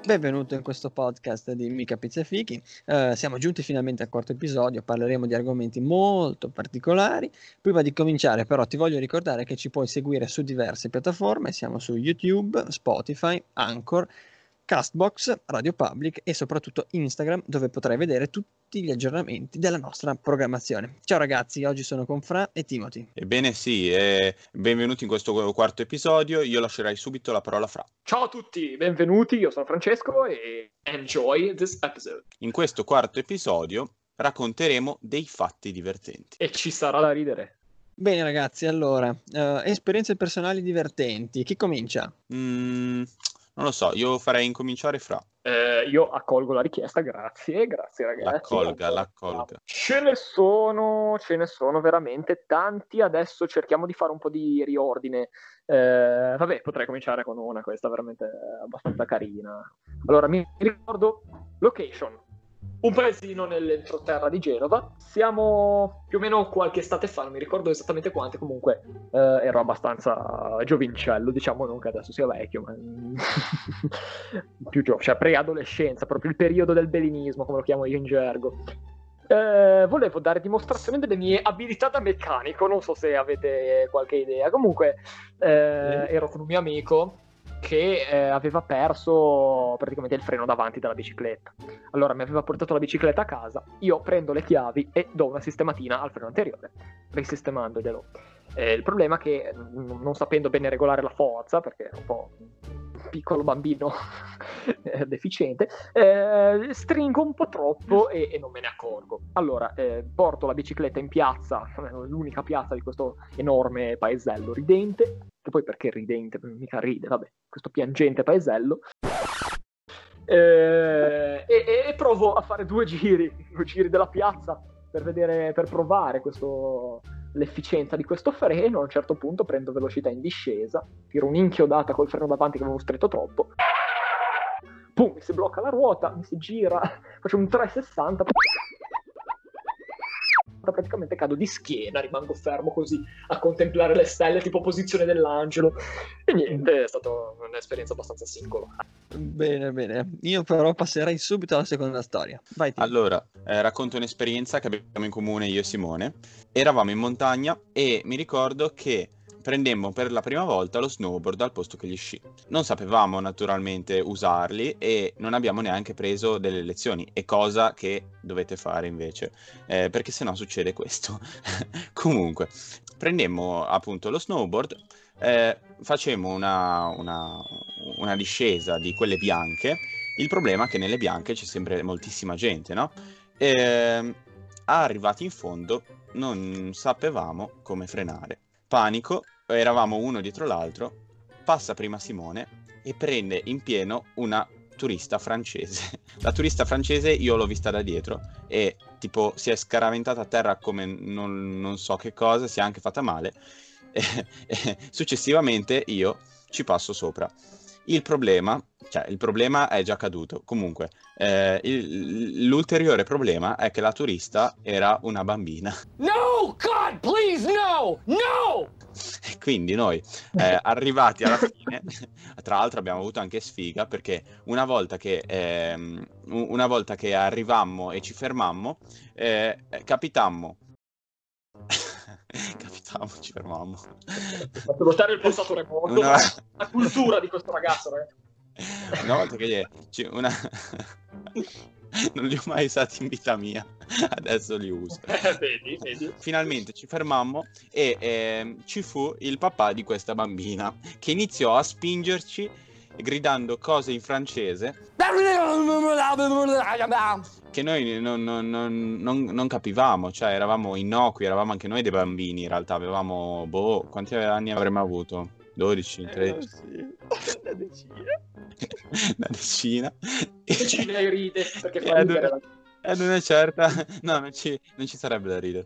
Benvenuto in questo podcast di Mica Pizza e Fichi. Siamo giunti finalmente al quarto episodio, parleremo di argomenti molto particolari. Prima di cominciare però ti voglio ricordare che ci puoi seguire su diverse piattaforme, siamo su YouTube, Spotify, Anchor, Castbox, Radio Public e soprattutto Instagram, dove potrai vedere tutti gli aggiornamenti della nostra programmazione. Ciao ragazzi, oggi sono con Fra e Timothy. Ebbene sì, benvenuti in questo quarto episodio. Io lascerai subito la parola a Fra. Ciao a tutti, benvenuti, io sono Francesco e enjoy this episode. In questo quarto episodio racconteremo dei fatti divertenti. E ci sarà da ridere. Bene ragazzi, allora, esperienze personali divertenti. Chi comincia? Non lo so, io farei incominciare Fra. Io accolgo la richiesta, grazie ragazzi. L'accolga. Ce ne sono veramente tanti, adesso cerchiamo di fare un po' di riordine. Vabbè, potrei cominciare con una, questa veramente abbastanza carina. Allora, mi ricordo location. Un paesino nell'entroterra di Genova. Siamo più o meno qualche estate fa, non mi ricordo esattamente quante, comunque ero abbastanza giovincello, diciamo, non che adesso sia vecchio, ma più giovane, cioè preadolescenza, proprio il periodo del belinismo, come lo chiamo io in gergo. Volevo dare dimostrazione delle mie abilità da meccanico, non so se avete qualche idea. Comunque ero con un mio amico che aveva perso praticamente il freno davanti della bicicletta. Allora mi aveva portato la bicicletta a casa, io prendo le chiavi e do una sistematina al freno anteriore, risistemandoglielo. Il problema è che non sapendo bene regolare la forza, perché era un po' un piccolo bambino deficiente, stringo un po' troppo e non me ne accorgo. Allora porto la bicicletta in piazza, l'unica piazza di questo enorme paesello ridente, che poi perché ridente? Mica ride, vabbè, questo piangente paesello. E provo a fare due giri della piazza per provare l'efficienza di questo freno. A un certo punto prendo velocità in discesa, tiro un'inchiodata col freno davanti che avevo stretto troppo, pum, mi si blocca la ruota, mi si gira, faccio un 360, praticamente cado di schiena, rimango fermo così a contemplare le stelle, tipo posizione dell'angelo, e niente, è stata un'esperienza abbastanza singolare. Bene, io però passerei subito alla seconda storia. Vai, Tim. Allora, racconto un'esperienza che abbiamo in comune io e Simone. Eravamo in montagna e mi ricordo che prendemmo per la prima volta lo snowboard al posto che gli sci. Non sapevamo naturalmente usarli e non abbiamo neanche preso delle lezioni, è cosa che dovete fare invece, perché sennò succede questo. Comunque, prendemmo appunto lo snowboard, facemmo una discesa di quelle bianche. Il problema è che nelle bianche c'è sempre moltissima gente, no? Arrivati in fondo non sapevamo come frenare. Panico, eravamo uno dietro l'altro, passa prima Simone e prende in pieno una turista francese. La turista francese io l'ho vista da dietro e tipo si è scaraventata a terra come non so che cosa, si è anche fatta male e successivamente io ci passo sopra. Il problema è già caduto. Comunque, l'ulteriore problema è che la turista era una bambina. No, God, please, no! E quindi noi, arrivati alla fine, tra l'altro abbiamo avuto anche sfiga, perché una volta che arrivammo e ci fermammo, ci fermammo. Fatto notare il passato remoto, la cultura di questo ragazzo, ragazzi. Una volta che non li ho mai usati in vita mia, adesso li uso. Vedi. Finalmente ci fermammo e ci fu il papà di questa bambina che iniziò a spingerci gridando cose in francese che noi non capivamo, cioè eravamo innocui, eravamo anche noi dei bambini in realtà, avevamo, quanti anni avremmo avuto? 12, 13? Sì. Una decina. Decina e ride, perché fa ridere. Non è certa, no, non ci sarebbe da ridere.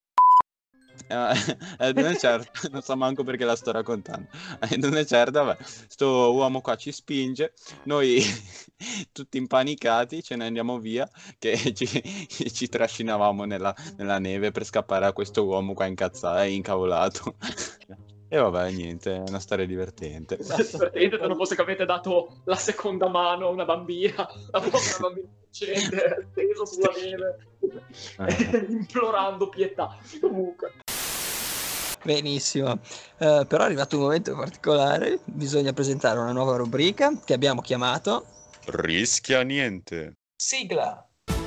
Non è certo, non so manco perché la sto raccontando. Non è certo, vabbè. Sto uomo qua ci spinge, noi tutti impanicati ce ne andiamo via, che ci trascinavamo nella neve per scappare a questo uomo qua incavolato. E vabbè, niente, è una storia divertente. Divertente se non fosse che avete dato la seconda mano a una bambina, una bambina innocente, steso sulla neve, implorando pietà. Comunque. Benissimo, però è arrivato un momento particolare, bisogna presentare una nuova rubrica che abbiamo chiamato Rischia niente. Sigla.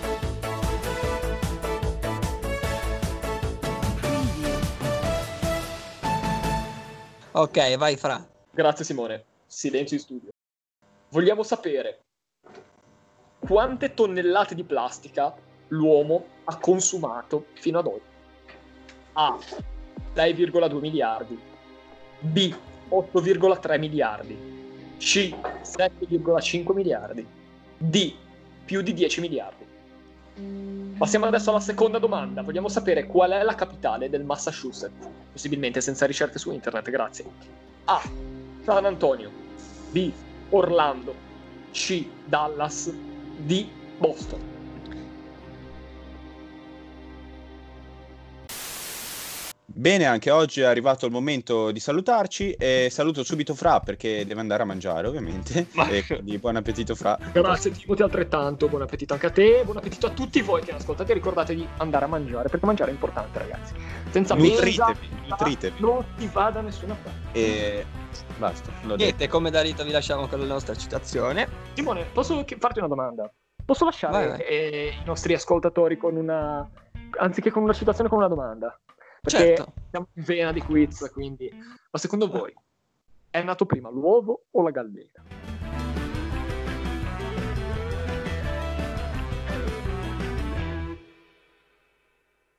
Ok, vai Fra. Grazie Simone. Silenzio in studio. Vogliamo sapere quante tonnellate di plastica l'uomo ha consumato fino ad oggi. A. 6,2 miliardi. B. 8,3 miliardi. C. 7,5 miliardi. D. Più di 10 miliardi. Passiamo adesso alla seconda domanda. Vogliamo sapere qual è la capitale del Massachusetts, possibilmente senza ricerche su internet, grazie. A. San Antonio. B. Orlando. C. Dallas. D. Boston. Bene, anche oggi è arrivato il momento di salutarci e saluto subito Fra perché deve andare a mangiare ovviamente e quindi buon appetito Fra. Grazie Timothy, altrettanto, buon appetito anche a te, buon appetito a tutti voi che ascoltate, ricordate di andare a mangiare perché mangiare è importante ragazzi, senza nutritevi. non si va da nessuna parte. E basta. Niente, come da rito vi lasciamo con la nostra citazione. Simone, posso farti una domanda? Posso lasciare Vai. I nostri ascoltatori con una, anziché con una citazione, con una domanda? Perché Certo. siamo in vena di quiz, quindi. Ma secondo voi è nato prima l'uovo o la gallina?